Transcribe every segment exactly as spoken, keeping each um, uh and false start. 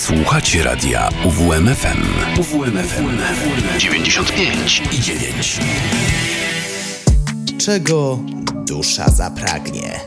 Słuchacie radia U W M F M. U W M F M dziewięćdziesiąt pięć i dziewięć. Czego dusza zapragnie?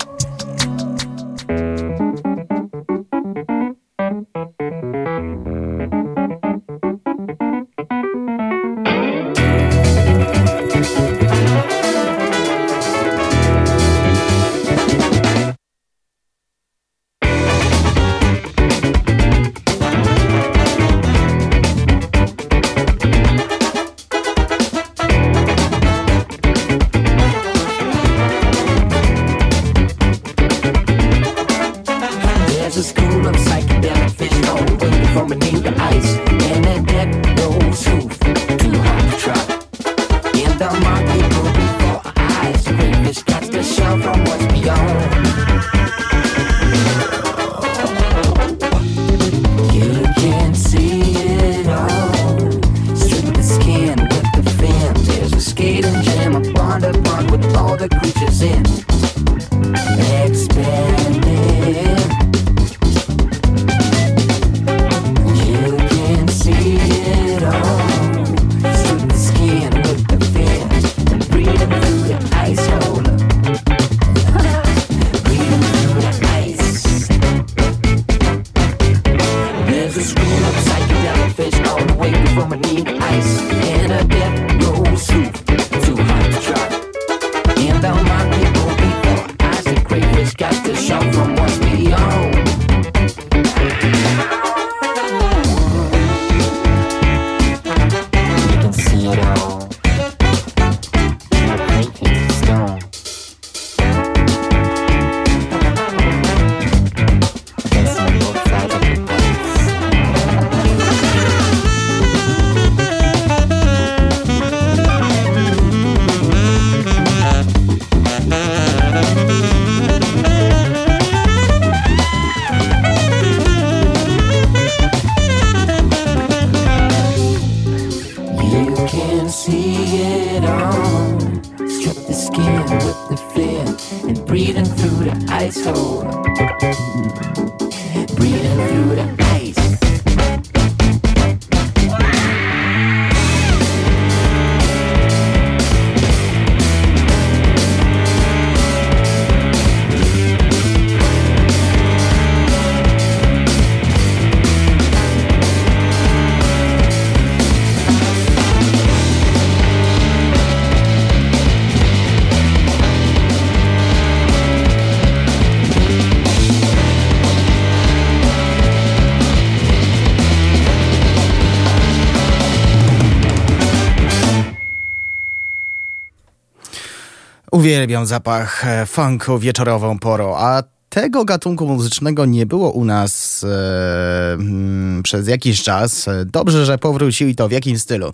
Uwielbiam zapach funku wieczorową porą, a tego gatunku muzycznego nie było u nas e, mm, przez jakiś czas. Dobrze, że powrócił i to w jakim stylu.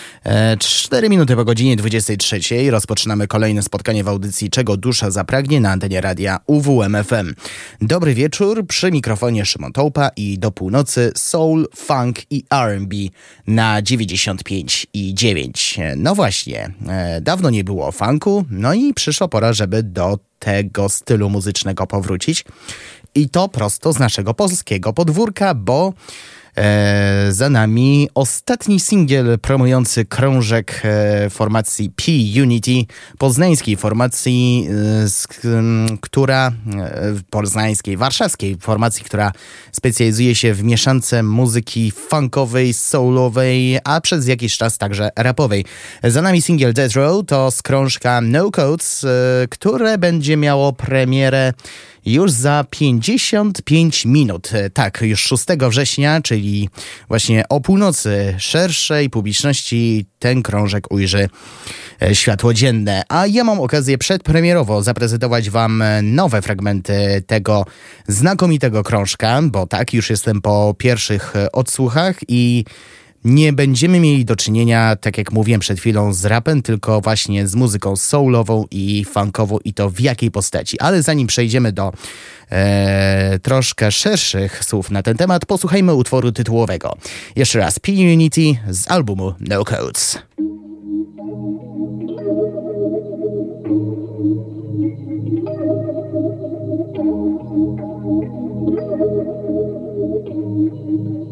Cztery minuty po godzinie dwudziestej trzeciej rozpoczynamy kolejne spotkanie w audycji Czego dusza zapragnie na antenie radia U W M F M. Dobry wieczór, przy mikrofonie Szymon Tołpa i do północy soul, funk i R and B na dziewięćdziesiąt pięć i dziewięć. No właśnie, dawno nie było funku, no i przyszła pora, żeby do tego stylu muzycznego powrócić. I to prosto z naszego polskiego podwórka, bo E, za nami ostatni singiel promujący krążek e, formacji P-Unity, poznańskiej formacji, e, z, m, która, e, poznańskiej, warszawskiej formacji, która specjalizuje się w mieszance muzyki funkowej, soulowej, a przez jakiś czas także rapowej. Za nami singiel Death Row to z krążka No Codes, e, które będzie miało premierę już za pięćdziesiąt pięć minut. Tak, już szóstego września, czyli właśnie o północy, szerszej publiczności ten krążek ujrzy światło dzienne. A ja mam okazję przedpremierowo zaprezentować wam nowe fragmenty tego znakomitego krążka, bo tak, już jestem po pierwszych odsłuchach i nie będziemy mieli do czynienia, tak jak mówiłem przed chwilą, z rapem, tylko właśnie z muzyką soulową i funkową i to w jakiej postaci. Ale zanim przejdziemy do e, troszkę szerszych słów na ten temat, posłuchajmy utworu tytułowego. Jeszcze raz P-Unity z albumu No Codes.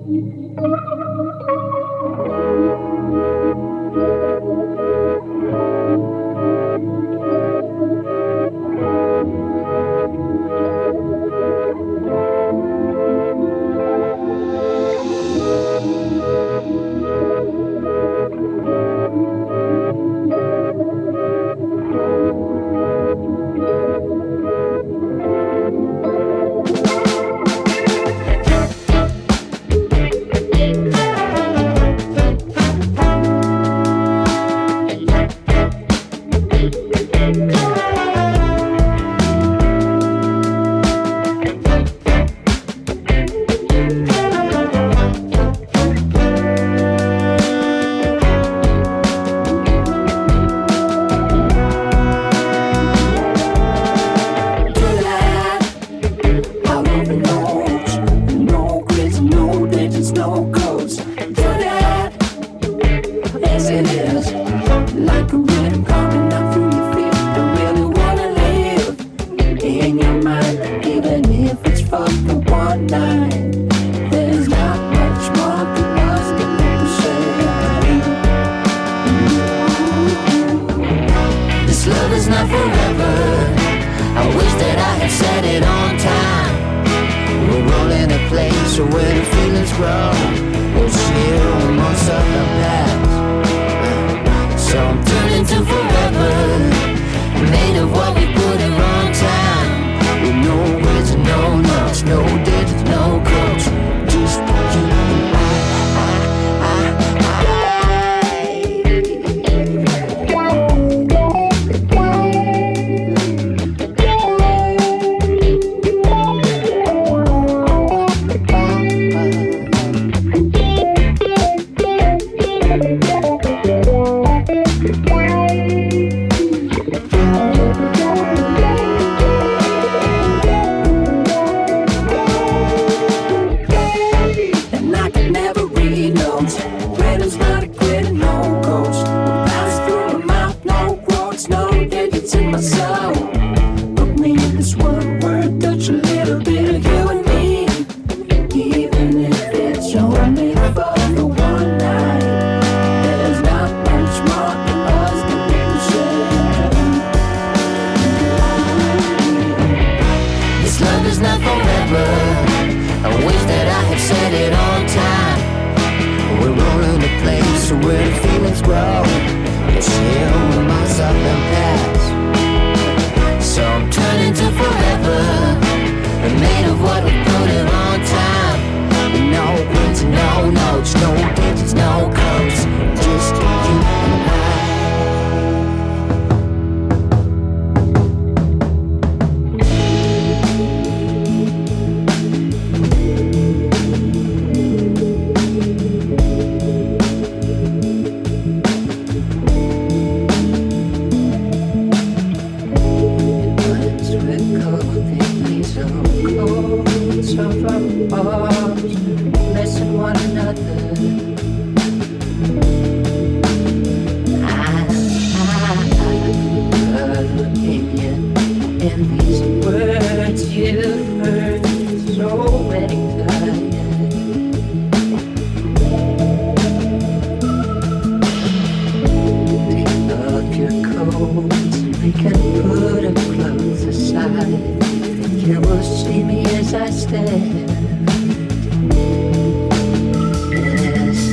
as I stand. Yes,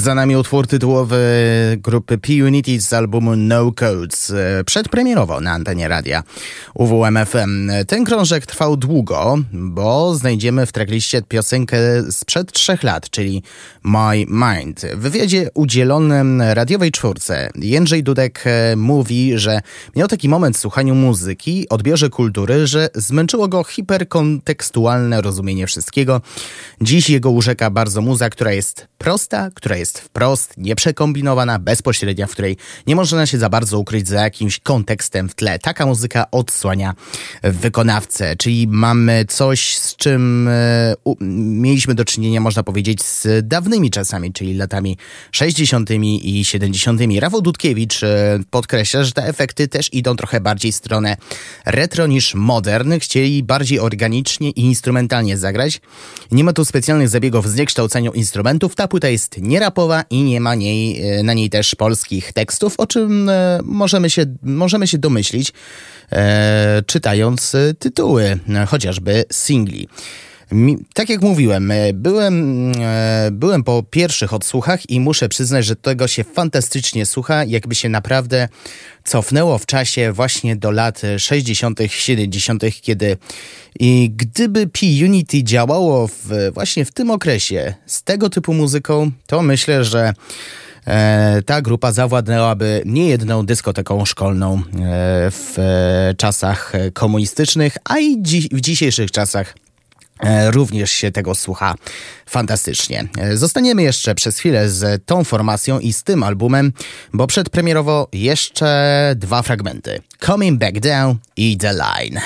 Za nami utwór tytułowy grupy P-Unity z albumu No Codes, przedpremierowo na antenie radia U W M F M. Ten krążek trwał długo, bo znajdziemy w trackliście piosenkę sprzed trzech lat, czyli My Mind. W wywiadzie udzielonym radiowej czwórce Jędrzej Dudek mówi, że miał taki moment w słuchaniu muzyki, odbiorze kultury, że zmęczyło go hiperkontekstualne rozumienie wszystkiego. Dziś jego urzeka bardzo muza, która jest prosta, która jest wprost, nieprzekombinowana, bezpośrednia, w której nie można się za bardzo ukryć za jakimś kontekstem w tle. Taka muzyka odsłania wykonawcę, czyli mamy coś, z czym e, u, mieliśmy do czynienia, można powiedzieć, z dawnymi czasami, czyli latami sześćdziesiątymi i siedemdziesiątymi. Rafał Dudkiewicz e, podkreśla, że te efekty też idą trochę bardziej w stronę retro niż modern. Chcieli bardziej organicznie i instrumentalnie zagrać. Nie ma tu specjalnych zabiegów w zniekształcaniu instrumentów. Ta płyta jest nierapowa i nie ma niej, na niej też polskich tekstów, o czym e, możemy się, możemy się domyślić, e, czytając tytuły, chociażby singli. Mi, tak jak mówiłem, byłem, e, byłem po pierwszych odsłuchach i muszę przyznać, że tego się fantastycznie słucha, jakby się naprawdę cofnęło w czasie właśnie do lat sześćdziesiątych, siedemdziesiątych, kiedy i gdyby P-Unity działało w, właśnie w tym okresie z tego typu muzyką, to myślę, że e, ta grupa zawładnęłaby niejedną dyskoteką szkolną e, w e, czasach komunistycznych, a i dzi- w dzisiejszych czasach również się tego słucha fantastycznie. Zostaniemy jeszcze przez chwilę z tą formacją i z tym albumem, bo przedpremierowo jeszcze dwa fragmenty. Coming Back Down i The Line.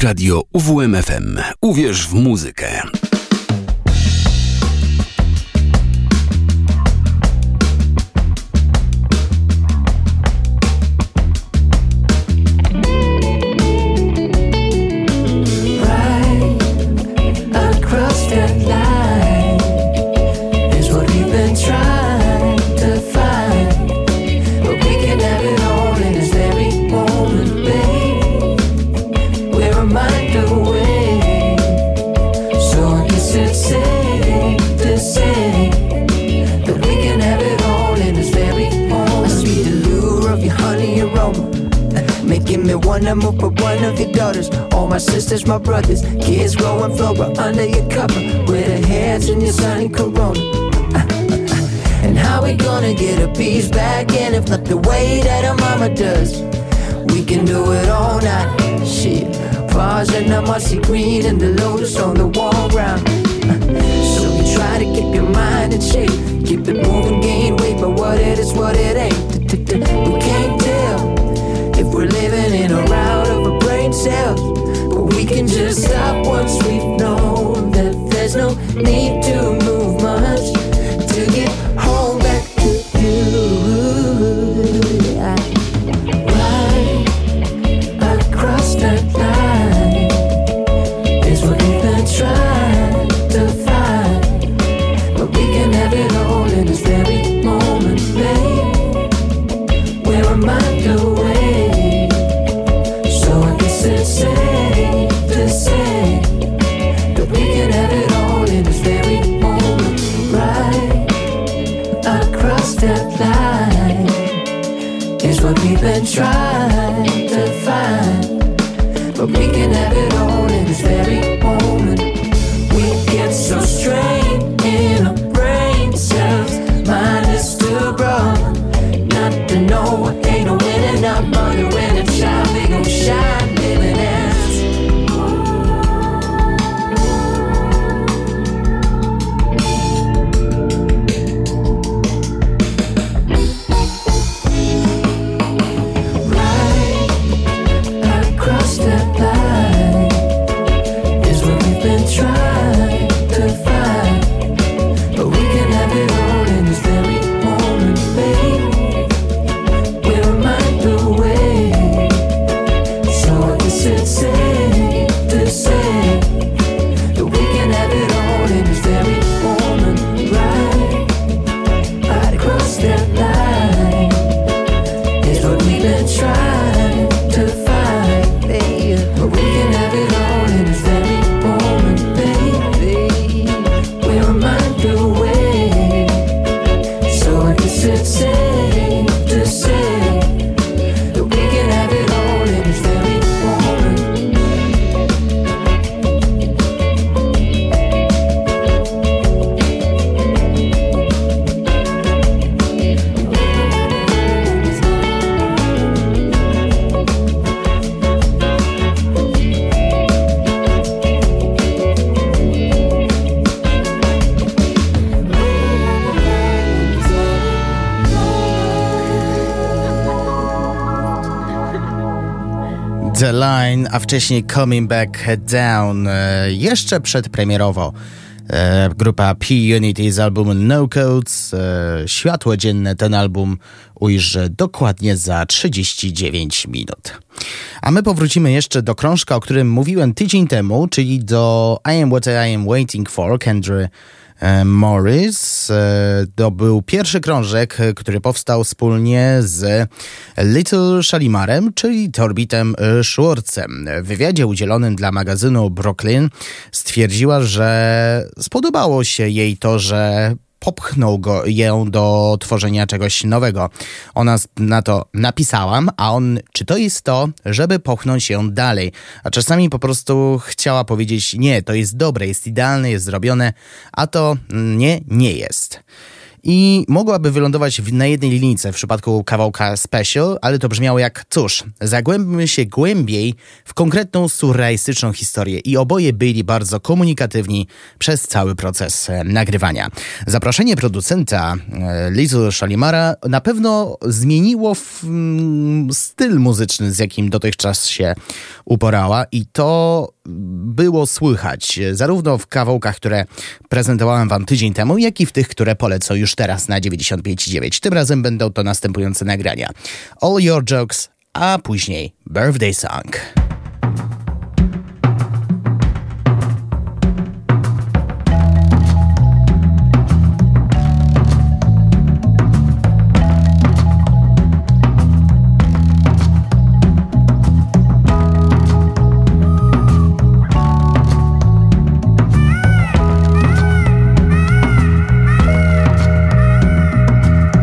Radio U W M F M. Uwierz w muzykę. One for one of your daughters, all my sisters, my brothers, kids growing flora under your cover, with their heads in your sunny Corona. Uh, uh, uh. And how we gonna get a piece back in if not the way that our mama does? We can do it all night, shit. Flowers and the mossy green and the lotus on the wall ground. Uh, so you try to keep your mind in shape, keep it moving, gain weight, but what it is, what it ain't. We can't tell if we're living in or out of our brain cells, but we can just stop once we've known that there's no need to move much to get home back to you. Right across that line is what we've been trying to find, but we can have it all in this very moment, babe. We're a mind away. It's safe to say that we can have it all in this very moment, right across that line is what we've been trying to find, but we can have it all in this very moment. We get so strained in our brain cells, mind is too broad not to know what ain't no winning, not wondering if child we gon' shine. The Line, a wcześniej Coming Back Down. Jeszcze przedpremierowo grupa P-Unity z albumu No Codes. Światło dzienne ten album ujrzy dokładnie za trzydzieści dziewięć minut. A my powrócimy jeszcze do krążka, o którym mówiłem tydzień temu, czyli do I Am What I Am Waiting For, Kendry Morris. To był pierwszy krążek, który powstał wspólnie z Little Shalimarem, czyli Torbitem Schwartzem. W wywiadzie udzielonym dla magazynu Brooklyn stwierdziła, że spodobało się jej to, że popchnął go, ją do tworzenia czegoś nowego. Ona na to napisałam, a on, czy to jest to, żeby popchnąć ją dalej? A czasami po prostu chciała powiedzieć, nie, to jest dobre, jest idealne, jest zrobione, a to nie, nie jest. i mogłaby wylądować na jednej linijce w przypadku kawałka Special, ale to brzmiało jak, cóż, zagłębmy się głębiej w konkretną surrealistyczną historię i oboje byli bardzo komunikatywni przez cały proces nagrywania. Zaproszenie producenta Lizu Shalimara na pewno zmieniło w, mm, styl muzyczny, z jakim dotychczas się uporała i to było słychać zarówno w kawałkach, które prezentowałem wam tydzień temu, jak i w tych, które polecę już teraz na dziewięćdziesiąt pięć i dziewięć. Tym razem będą to następujące nagrania: All Your Jokes, a później Birthday Song.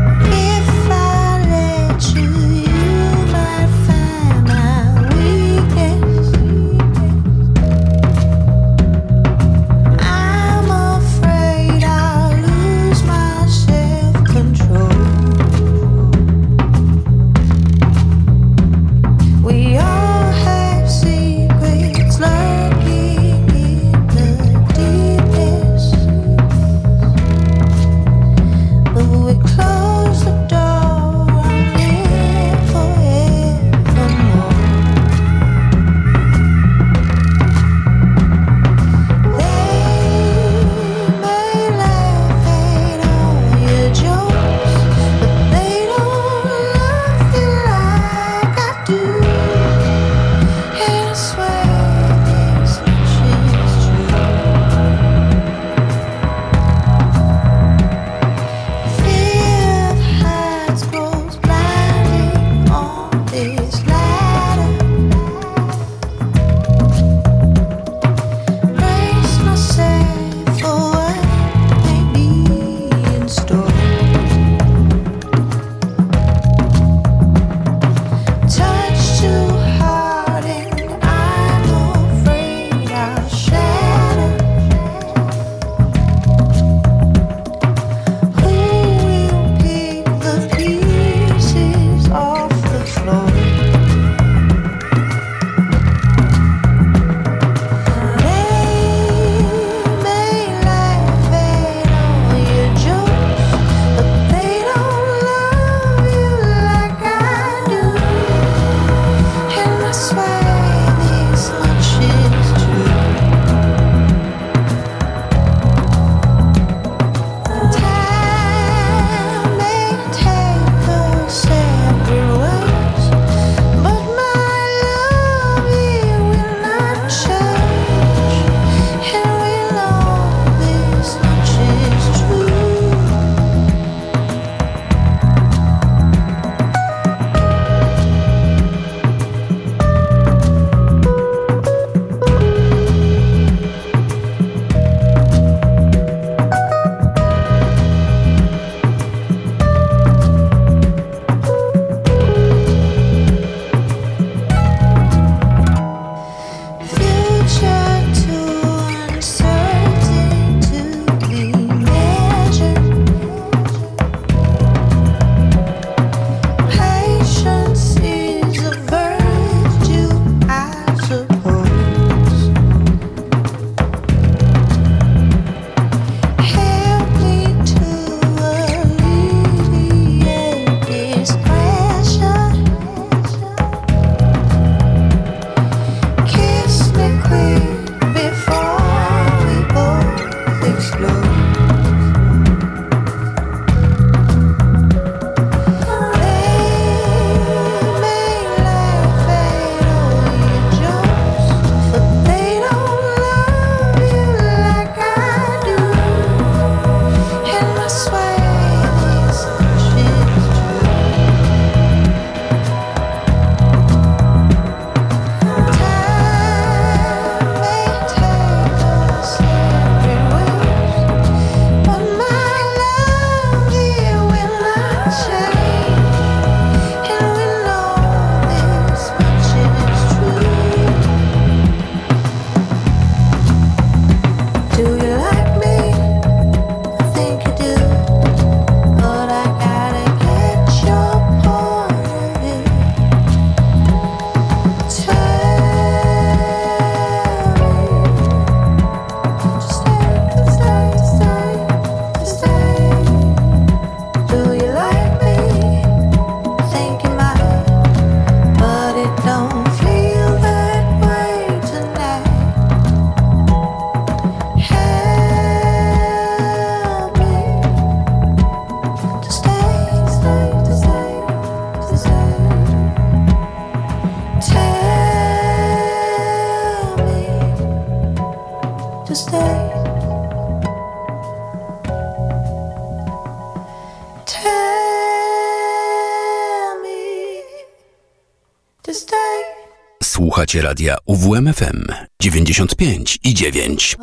If I let you, you might find my weakness. Słuchacie radia U W M F M dziewięćdziesiąt pięć i dziewięć.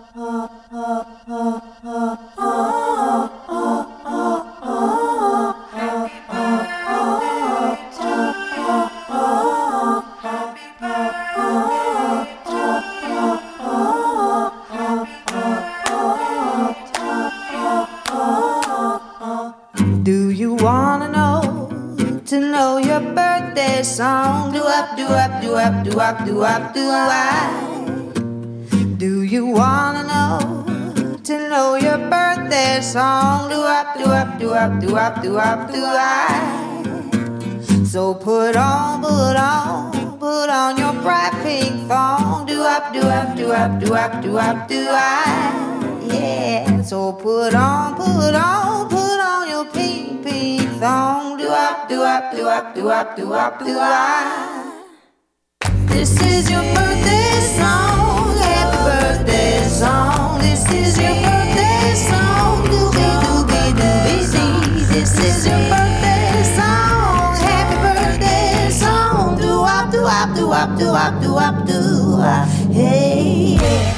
Do you wanna know, to know your birthday song? Do up, do up, do up, do up, do up, do I? Do you wanna know, to know your birthday song? Do up, do up, do up, do up, do up, do I? So put on, put on, put on your bright pink thong. Do up, do up, do up, do up, do up, do I? Yeah. So put on, put on, put on your pink, pink thong. Do up, do up, do up, do up, do up, do I? This is your birthday song, happy birthday song. This is your birthday song, doobie doobie doobie dee. This is your birthday song, happy birthday song. Do up, do up, do up, do up, do up, do up. Hey, yeah.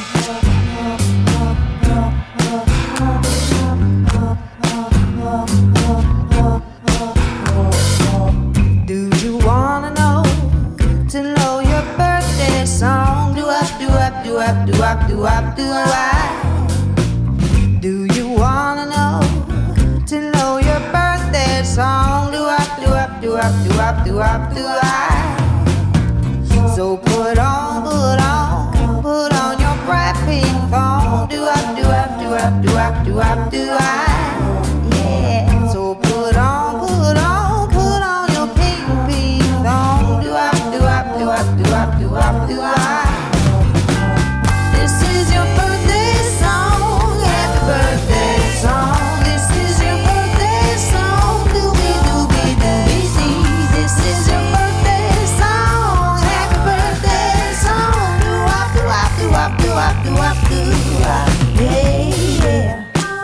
Do you wanna know, to know your birthday song? Do up, do up, do up, do up, do up, do I? Do you wanna know, to know your birthday song? Do up, do up, do up, do up, do up, do I? So put on, put on, put on your bright pink thong. Do up, do up, do up, do up, do up, do I? Yeah. So put on, put on, put on your pink, pink thong. Do up, do up, do up, do up, do up, do I? This is your birthday song, happy birthday song. This is your birthday song, doobie doobie doobie dee. This is your birthday song, happy birthday song. Do up, do up, do up, do up, do up, do up. Yeah, yeah.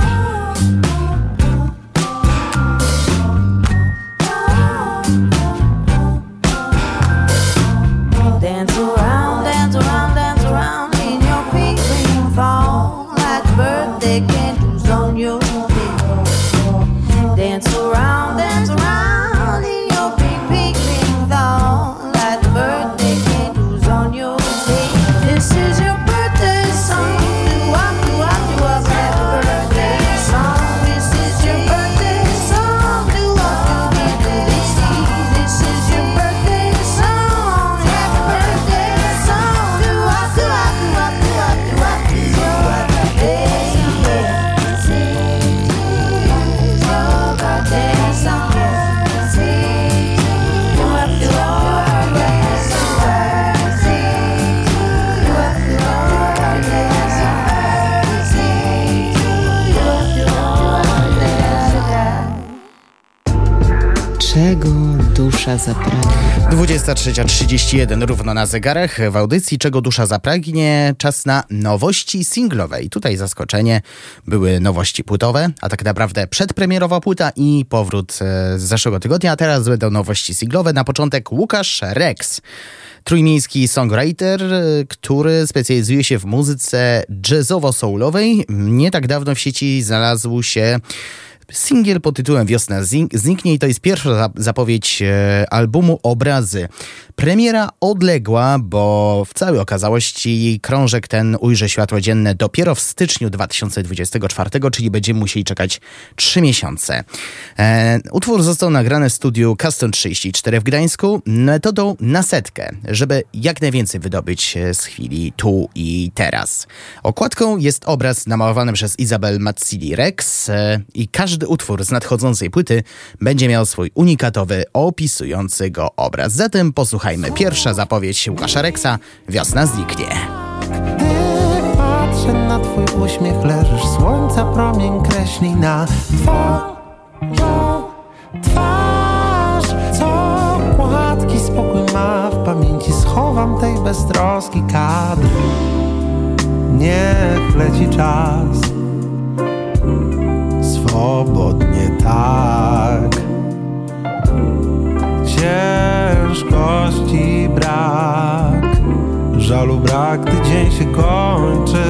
Dance around, dance around, dance around in your pink, pink thong, like birthday candles on your feet. Dance around, dance around in your pink, pink, pink thong, like birthday candles on your feet. This is your birthday song. Do up, do up, do up, happy birthday song. This is your birthday song. Do up, do up, do up, this is your birthday song. Happy birthday song. Do up, do up, do up, do up, do up, do up. Hey, yeah. This is your birthday song. Do up, do up, do up, birthday song. Do up, do up, do up, birthday song. Do up, do up, do up, birthday song. Czego dusza zapragnie? dwudziesta trzecia trzydzieści jeden równo na zegarach. W audycji Czego dusza zapragnie czas na nowości singlowe. I tutaj zaskoczenie, były nowości płytowe, a tak naprawdę przedpremierowa płyta i powrót z zeszłego tygodnia, a teraz będą nowości singlowe. Na początek Łukasz Rex, trójmiejski songwriter, który specjalizuje się w muzyce jazzowo-soulowej. Nie tak dawno w sieci znalazł się singiel pod tytułem Wiosna zniknie i to jest pierwsza zapowiedź albumu Obrazy. Premiera odległa, bo w całej okazałości krążek ten ujrzy światło dzienne dopiero w styczniu dwa tysiące dwudziestego czwartego, czyli będziemy musieli czekać trzy miesiące. E, utwór został nagrany w studiu Custom trzydzieści cztery w Gdańsku metodą na setkę, żeby jak najwięcej wydobyć z chwili tu i teraz. Okładką jest obraz namalowany przez Izabel Mazzilli Rex e, i każdy utwór z nadchodzącej płyty będzie miał swój unikatowy, opisujący go obraz. Zatem posłuchajmy. Pierwsza zapowiedź Łukasza Rexa, Wiosna zniknie. Gdy patrzę na twój uśmiech, leżysz, słońca promień kreśli na twoją twarz. Co płatki spokój ma w pamięci, schowam tej beztroski kadr. Niech leci czas swobodnie tak. Ciężkości brak. Żalu brak, gdy dzień się kończy.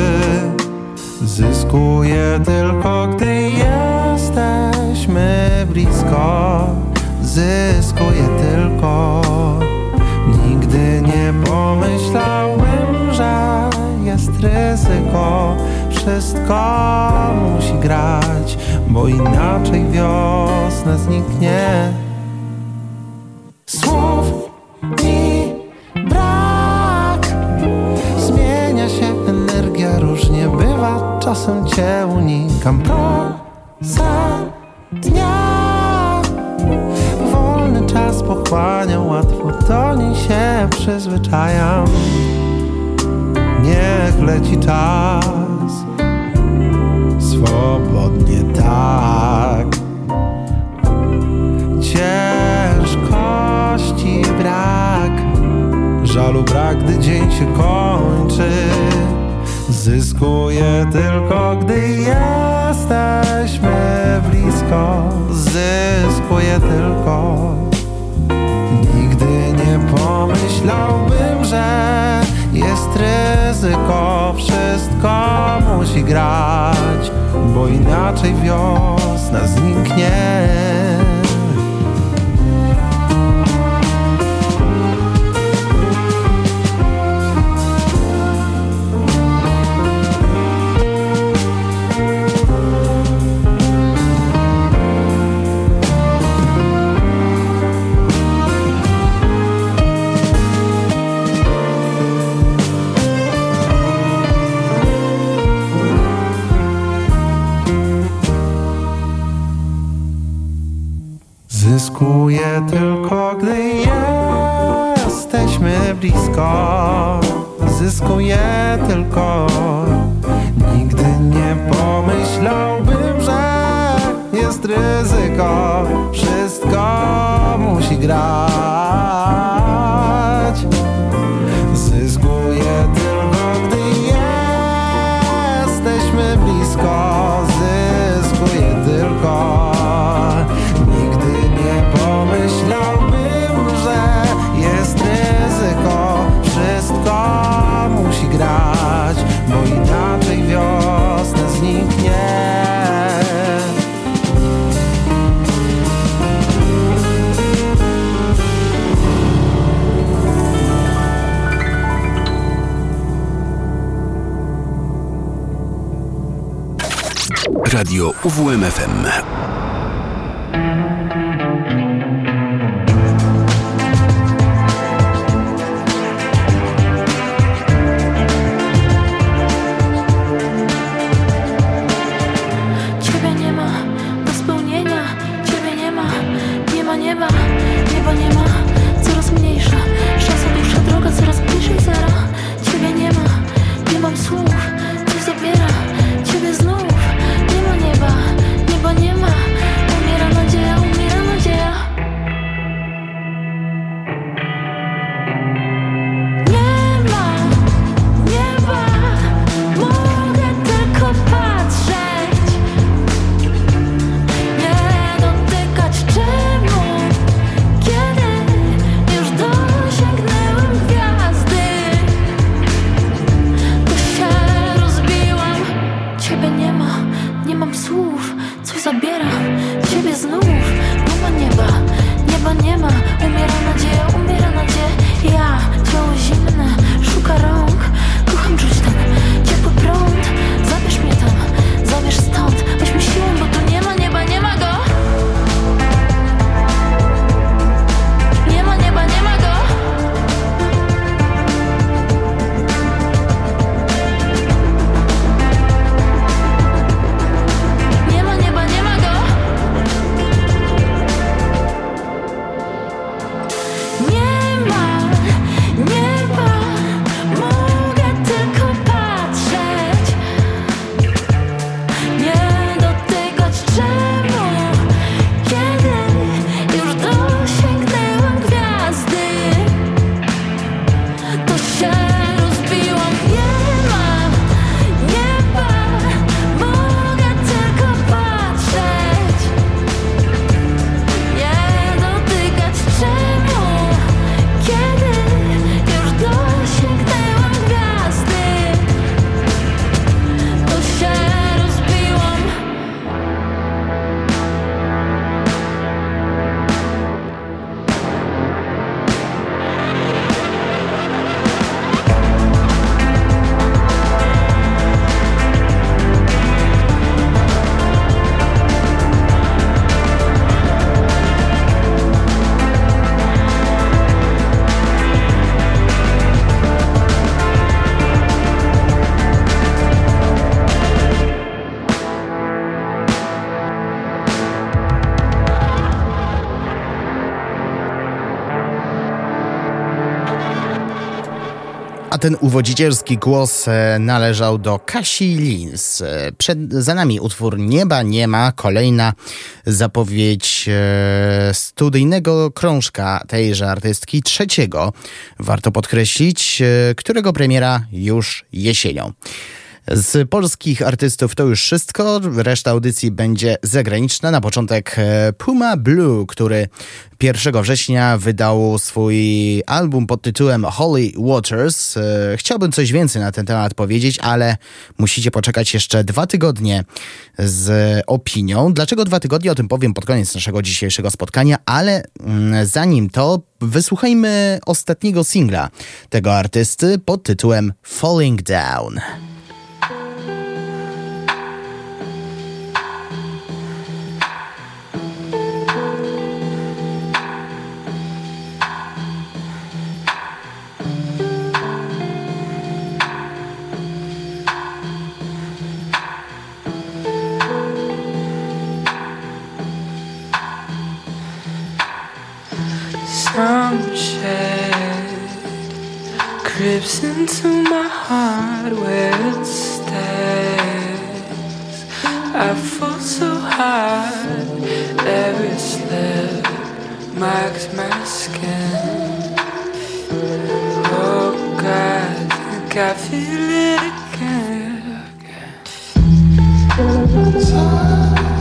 Zyskuję tylko, gdy jesteśmy blisko. Zyskuję tylko. Nigdy nie pomyślałem, że jest ryzyko. Wszystko musi grać, bo inaczej wiosna zniknie. Słów mi brak. Zmienia się energia, różnie bywa. Czasem cię unikam. Proza dnia. Wolny czas pochłania, łatwo do niej się przyzwyczajam. Niech leci czas swobodnie tak. Ciężkości brak. Żalu brak, gdy dzień się kończy. Zyskuję tylko, gdy jesteśmy blisko. Zyskuję tylko. Nigdy nie pomyślałbym, że jest ryzyko. Wszystko musi grać, bo inaczej wiosna zniknie. Zyskuję tylko, gdy jesteśmy blisko. Zyskuję tylko. Nigdy nie pomyślałbym, że jest ryzyko. Wszystko musi grać. Zyskuję tylko, gdy jesteśmy blisko. Zyskuję tylko. Pomyślałbym, że jest ryzyko. Wszystko musi grać, bo inaczej wiosna zniknie. Radio U W M F M. Nie ma, nie ma A ten uwodzicielski głos należał do Kasi Lins. Przed, za nami utwór Nieba nie ma, kolejna zapowiedź e, studyjnego krążka tejże artystki, trzeciego, warto podkreślić, e, którego premiera już jesienią. Z polskich artystów to już wszystko, reszta audycji będzie zagraniczna. Na początek Puma Blue, który pierwszego września wydał swój album pod tytułem Holy Waters. Chciałbym coś więcej na ten temat powiedzieć, ale musicie poczekać jeszcze dwa tygodnie z opinią. Dlaczego dwa tygodnie? O tym powiem pod koniec naszego dzisiejszego spotkania, ale zanim to wysłuchajmy ostatniego singla tego artysty pod tytułem Falling Down. Some shade creeps into my heart where it stays. I fall so hard, every slip marks my skin. Oh God, I think I feel it again, again.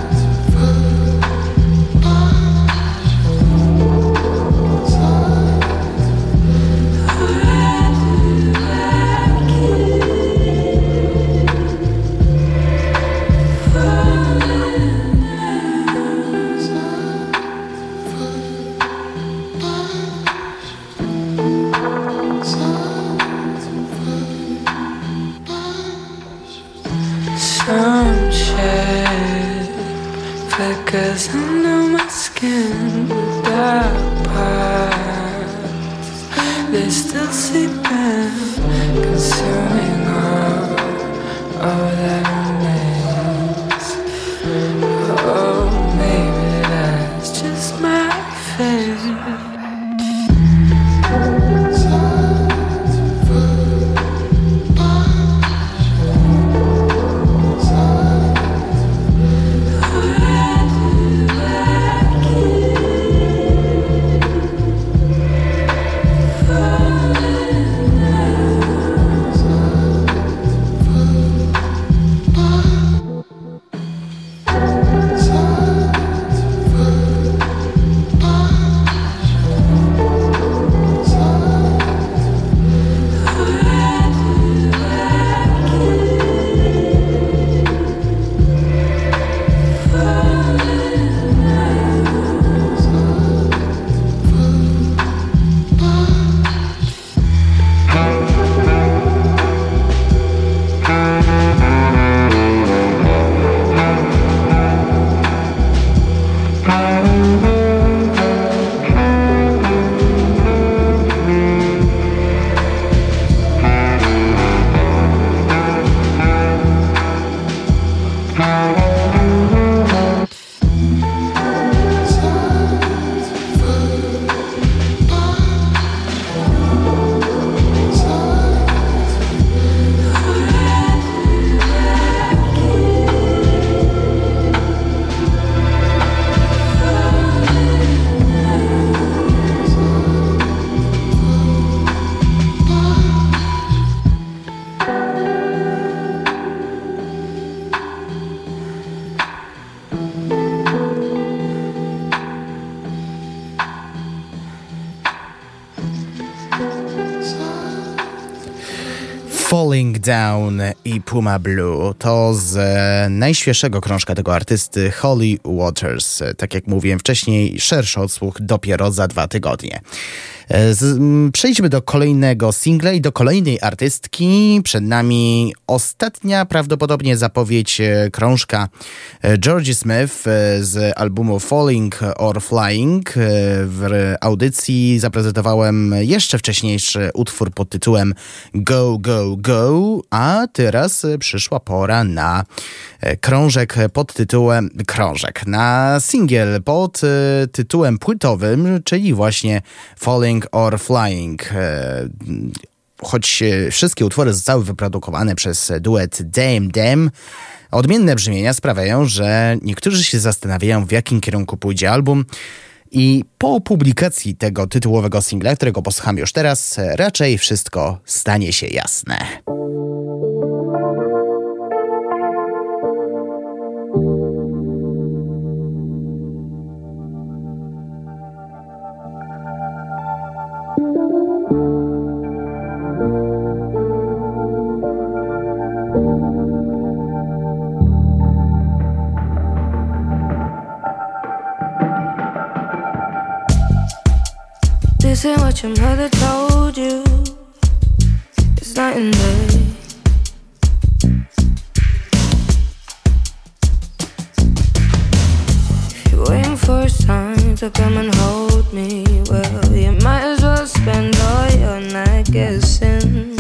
Some shade flickers under my skin, the dark parts, they still seep in, consuming all, all that remains. Oh, maybe that's just my fate. Falling Down i Puma Blue to z najświeższego krążka tego artysty Holy Waters. Tak jak mówiłem wcześniej, szerszy odsłuch dopiero za dwa tygodnie. Z, przejdźmy do kolejnego singla i do kolejnej artystki. Przed nami ostatnia prawdopodobnie zapowiedź krążka Georgie Smith z albumu Falling or Flying. W audycji zaprezentowałem jeszcze wcześniejszy utwór pod tytułem Go, Go, Go, a teraz przyszła pora na krążek pod tytułem krążek, na singiel pod tytułem płytowym, czyli właśnie Falling or Flying. choć wszystkie utwory zostały wyprodukowane przez duet Dame Dame, odmienne brzmienia sprawiają, że niektórzy się zastanawiają, w jakim kierunku pójdzie album. I po publikacji tego tytułowego singla, którego posłucham już teraz, raczej wszystko stanie się jasne. This ain't what your mother told you. It's night and day. If you're waiting for a sign to come and hold me, well, you might as well spend all your night guessing.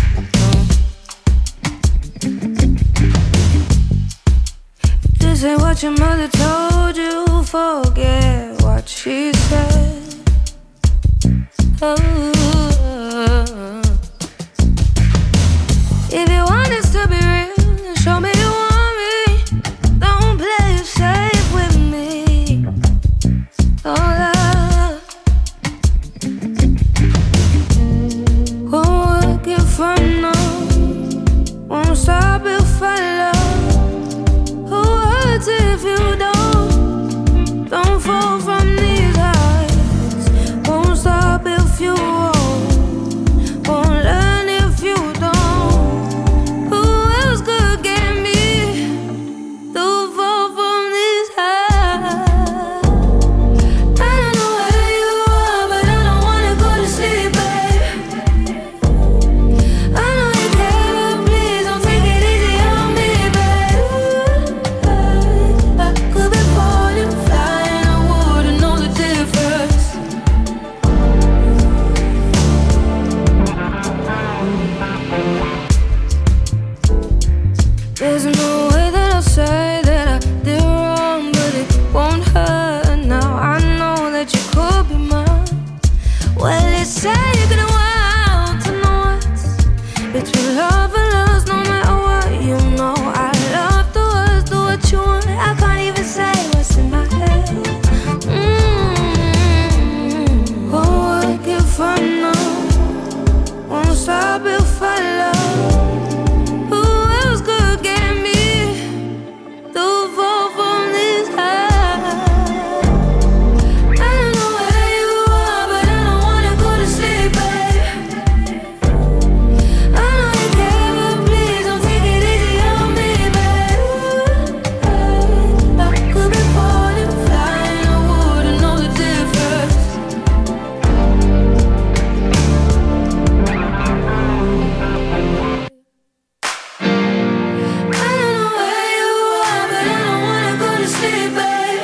This ain't what your mother told you. Forget what she said. Oh, if you want this to be real, then show me you want me. Don't play it safe with me. Oh, love won't work if I know. Won't stop if I love. Who hurts if you don't? Don't fall from these heights. Won't stop if you won't, won't learn if you don't. Who else could get me to fall from this high? I don't know where you are, but I don't wanna go to sleep, babe. I know you care, but please don't take it easy on me, babe. I could be falling, flying, I wouldn't know the difference. There's no way that I'll say that I did wrong, but it won't hurt now. I know that you could be mine. Well, it's sad you're gonna want to know what's between love and lust. No matter what, you know I love the words, do what you want. I can't even say what's in my head. Mm-hmm. Won't work if I know. Won't stop if I love. Who else could get me to fall from this high? I don't know where you are, but I don't wanna go to sleep, babe. I know you care, but please don't take it easy on me, babe. I could be falling, flying, I wouldn't know the difference. I don't know where you are, but I don't wanna go to sleep, babe.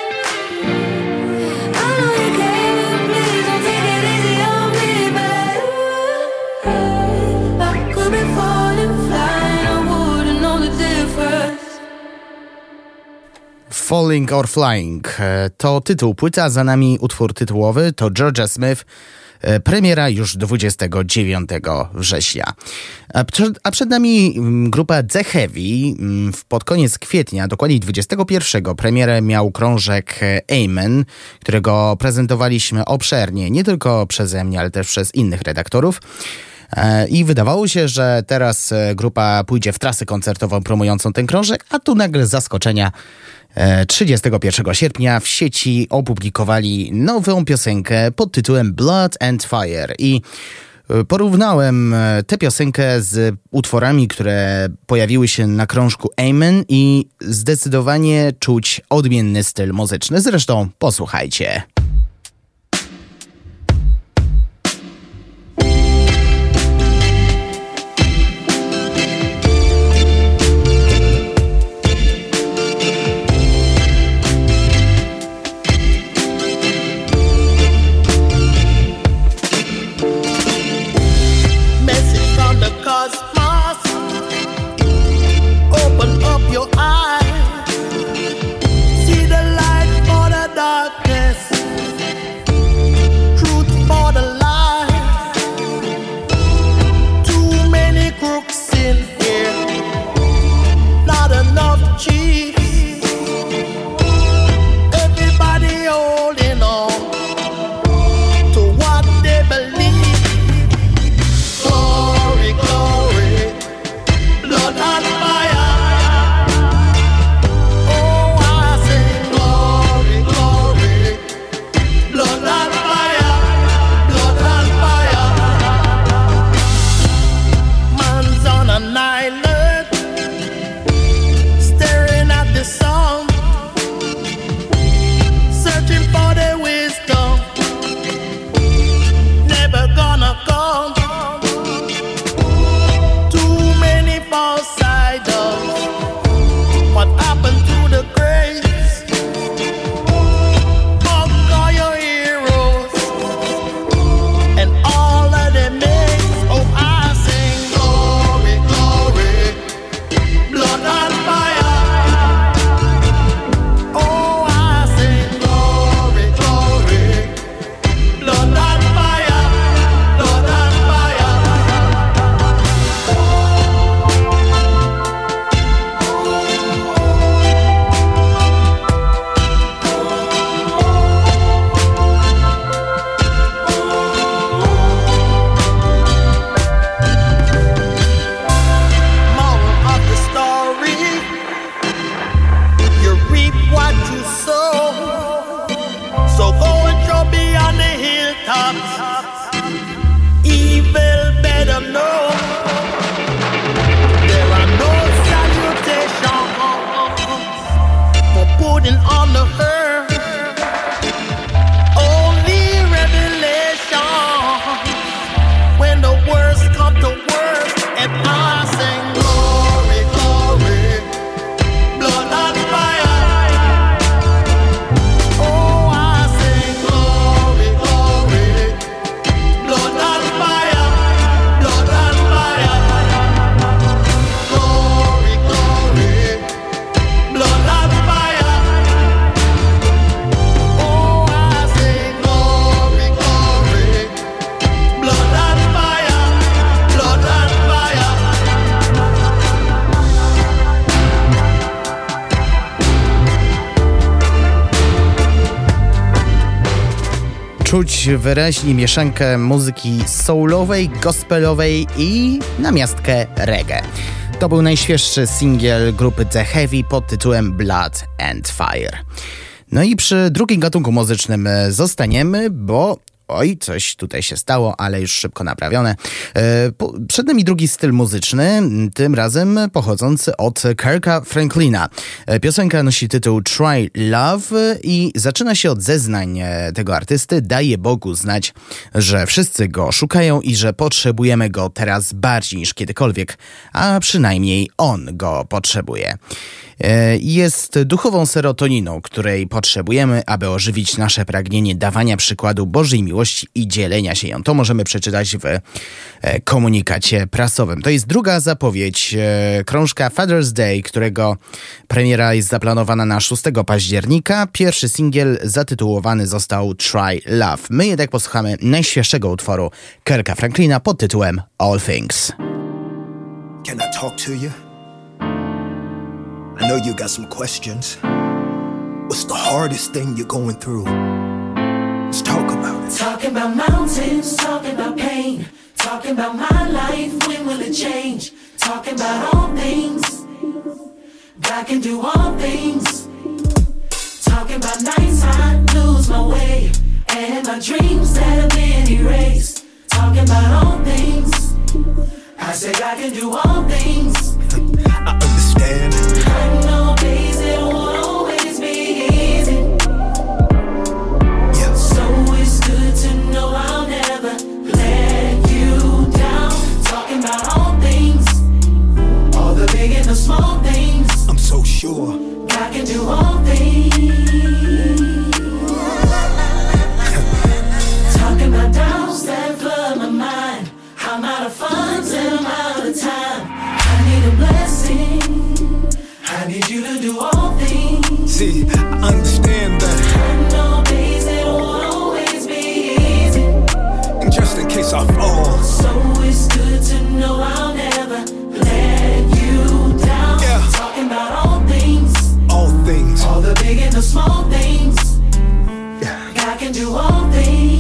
I know you care, but please don't take it easy on me, babe. I could be falling, flying, I wouldn't know the difference. Falling or Flying to tytuł płyty, a za nami utwór tytułowy, to Georgia Smith. Premiera już dwudziestego dziewiątego września. A przed, a przed nami grupa The Heavy. Pod koniec kwietnia, dokładnie dwudziestego pierwszego, premierę miał krążek Amen, którego prezentowaliśmy obszernie, nie tylko przeze mnie, ale też przez innych redaktorów. I wydawało się, że teraz grupa pójdzie w trasę koncertową promującą ten krążek, a tu nagle z zaskoczenia trzydziestego pierwszego sierpnia w sieci opublikowali nową piosenkę pod tytułem Blood and Fire i porównałem tę piosenkę z utworami, które pojawiły się na krążku Amen i zdecydowanie czuć odmienny styl muzyczny. Zresztą posłuchajcie. Your eyes, see the light or the darkness. putting on the earth. Only revelation when the worst come to worst, and I sing glory, glory, blood and fire. Oh, I sing glory, glory, blood and fire, blood and fire. Glory, glory, blood and fire. Oh, I sing glory, glory, blood and fire, blood and fire. Czuć wyraźnie mieszankę muzyki soulowej, gospelowej i namiastkę reggae. To był najświeższy singiel grupy The Heavy pod tytułem Blood and Fire. No i przy drugim gatunku muzycznym zostaniemy, bo oj, coś tutaj się stało, ale już szybko naprawione. E, po, przed nami drugi styl muzyczny, tym razem pochodzący od Kirka Franklina. E, piosenka nosi tytuł Try Love i zaczyna się od zeznań tego artysty. Daje Bogu znać, że wszyscy go szukają i że potrzebujemy go teraz bardziej niż kiedykolwiek, a przynajmniej on go potrzebuje. Jest duchową serotoniną, której potrzebujemy, aby ożywić nasze pragnienie dawania przykładu Bożej miłości i dzielenia się ją. To możemy przeczytać w komunikacie prasowym. To jest druga zapowiedź krążka Father's Day, którego premiera jest zaplanowana na szóstego października. Pierwszy singiel zatytułowany został Try Love. My jednak posłuchamy najświeższego utworu Kirka Franklina pod tytułem All Things. Can I talk to you? I know you got some questions. What's the hardest thing you're going through? Let's talk about it. Talking about mountains, talking about pain. Talking about my life, when will it change? Talking about all things. God can do all things. Talking about nights I lose my way. And my dreams that have been erased. Talking about all things. I say God can do all things. I understand. I know days it won't always be easy. Yeah. So it's good to know I'll never let you down. Talking about all things, all the big and the small things. I'm so sure God can do all things. Talking about doubts that flood my mind. I'm out of funds and I'm out of time. I need a blessing. I need you to do all things. See, I understand that. I know days it won't always be easy. And just in case I fall, So it's good to know I'll never let you down. Yeah. Talking about all things, all things. all the big and the small things. Yeah. God can do all things.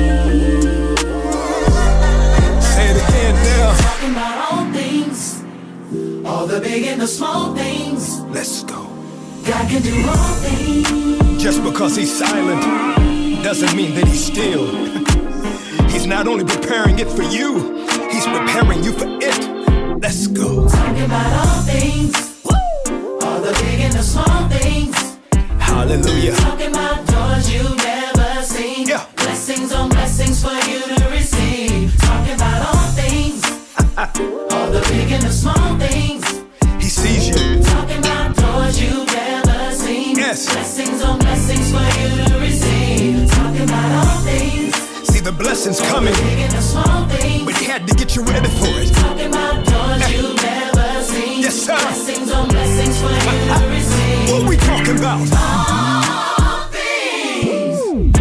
Say it again now. Talking about all things, all the big and the small things. Let's go. God can do all things. Just because he's silent doesn't mean that he's still. He's not only preparing it for you, he's preparing you for it. Let's go. Talking about all things, all the big and the small things. Hallelujah. Talking about doors you've never seen. Yeah. Blessings on blessings for you to receive. Talking about all things, all the big and the small things. He sees you. Talking about doors you've never seen. Yes. Blessings on blessings for you to receive. Talking about all things, See the blessings coming, big and the small things. but he had to get you ready for it. Talking about doors you've never seen. Yes, sir. Blessings on blessings for you to receive. What we talking about? All things.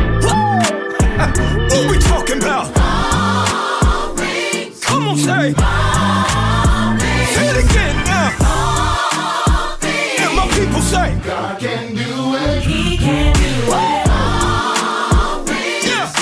What we talking about? All things. Come on, say. All things. Say it again now. All things. And my people say. God can do it. He can do it. All things. Yeah.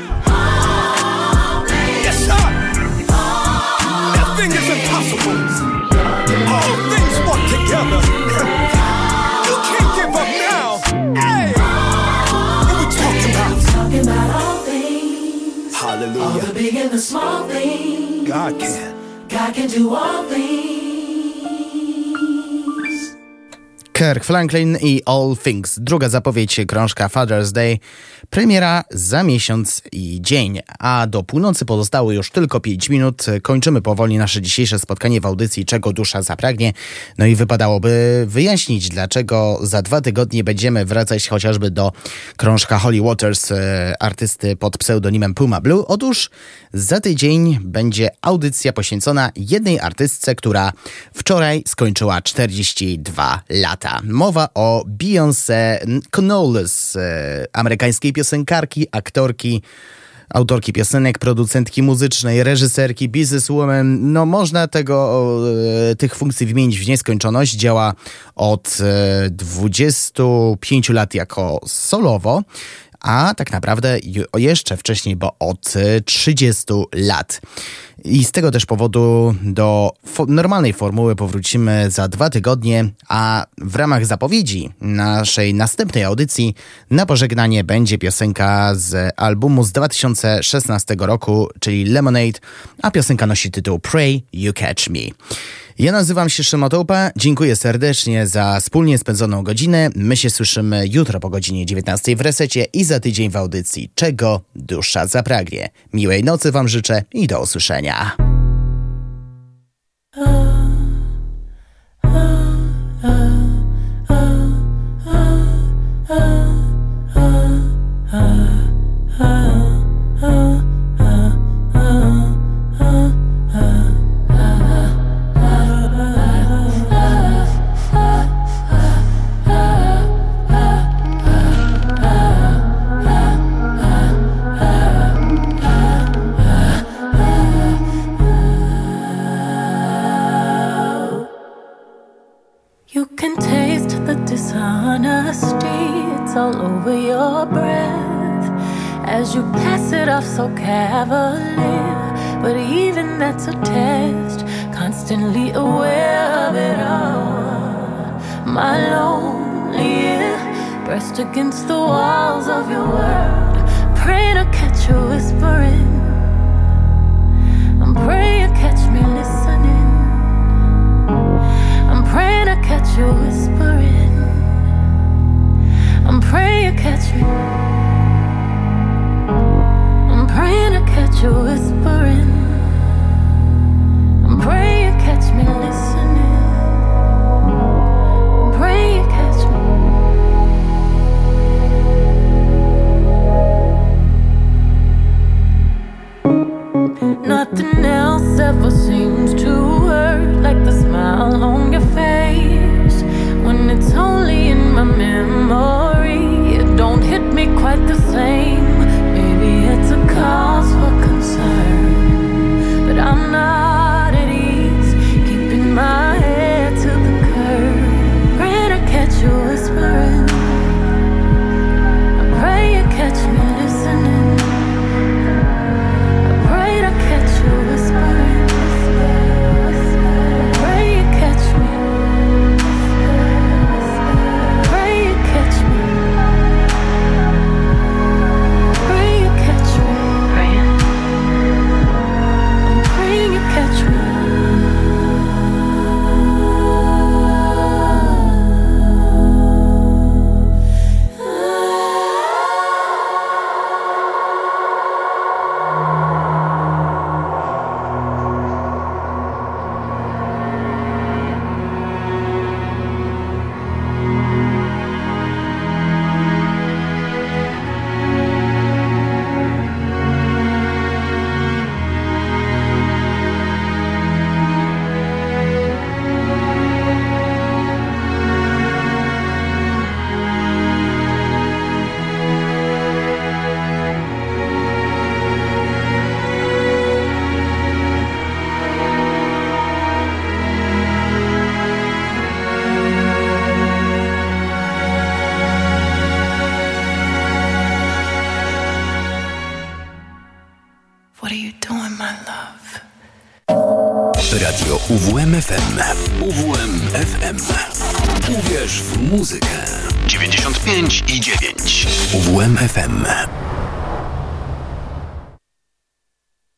All things. Yes, sir. Nothing is impossible. All things work together. You can't give up now. Hey. What we talking about? Talking about all things. All Hallelujah. the big and the small things. God can. God can do all things. Kirk Franklin i All Things. Druga zapowiedź krążka Father's Day. Premiera za miesiąc i dzień. A do północy pozostało już tylko pięć minut. Kończymy powoli nasze dzisiejsze spotkanie w audycji Czego dusza zapragnie. No i wypadałoby wyjaśnić, dlaczego za dwa tygodnie będziemy wracać chociażby do krążka Holy Waters artysty pod pseudonimem Puma Blue. Otóż za tydzień będzie audycja poświęcona jednej artystce, która wczoraj skończyła czterdzieści dwa lata. Mowa o Beyoncé Knowles, amerykańskiej piosenkarki, aktorki, autorki piosenek, producentki muzycznej, reżyserki, bizneswoman. No można tego, tych funkcji wymienić w nieskończoność. Działa od dwudziestu pięciu lat jako solowo, a tak naprawdę jeszcze wcześniej, bo od trzydziestu lat. I z tego też powodu do fo- normalnej formuły powrócimy za dwa tygodnie, a w ramach zapowiedzi naszej następnej audycji na pożegnanie będzie piosenka z albumu z dwa tysiące szesnastego roku, czyli Lemonade, a piosenka nosi tytuł Pray You Catch Me. Ja nazywam się Szymon Tołpa, dziękuję serdecznie za wspólnie spędzoną godzinę. My się słyszymy jutro po godzinie dziewiętnastej w Resecie i za tydzień w audycji Czego dusza zapragnie. Miłej nocy wam życzę i do usłyszenia. All over your breath as you pass it off so cavalier. But even that's a test, constantly aware of it all. My lonely ear pressed against the walls of your world, praying to catch you whispering. I'm praying you catch me listening. I'm praying to catch you whispering. I'm praying you catch me. I'm praying to catch you whispering. I'm praying you catch me listening. I'm praying you catch me. Nothing else ever seems to hurt like the smile on your face when it's only in my memory. Don't hit me quite the same. Maybe it's a cause for concern, but I'm not at ease keeping my head to the curb. Praying to catch you whispering. I pray you catch me listening. I pray to catch you whispering. I pray you catch me. I pray you catch me. Radio U W M F M. U W M F M. Uwierz w muzykę. dziewięćdziesiąt pięć i dziewięć. U W M F M.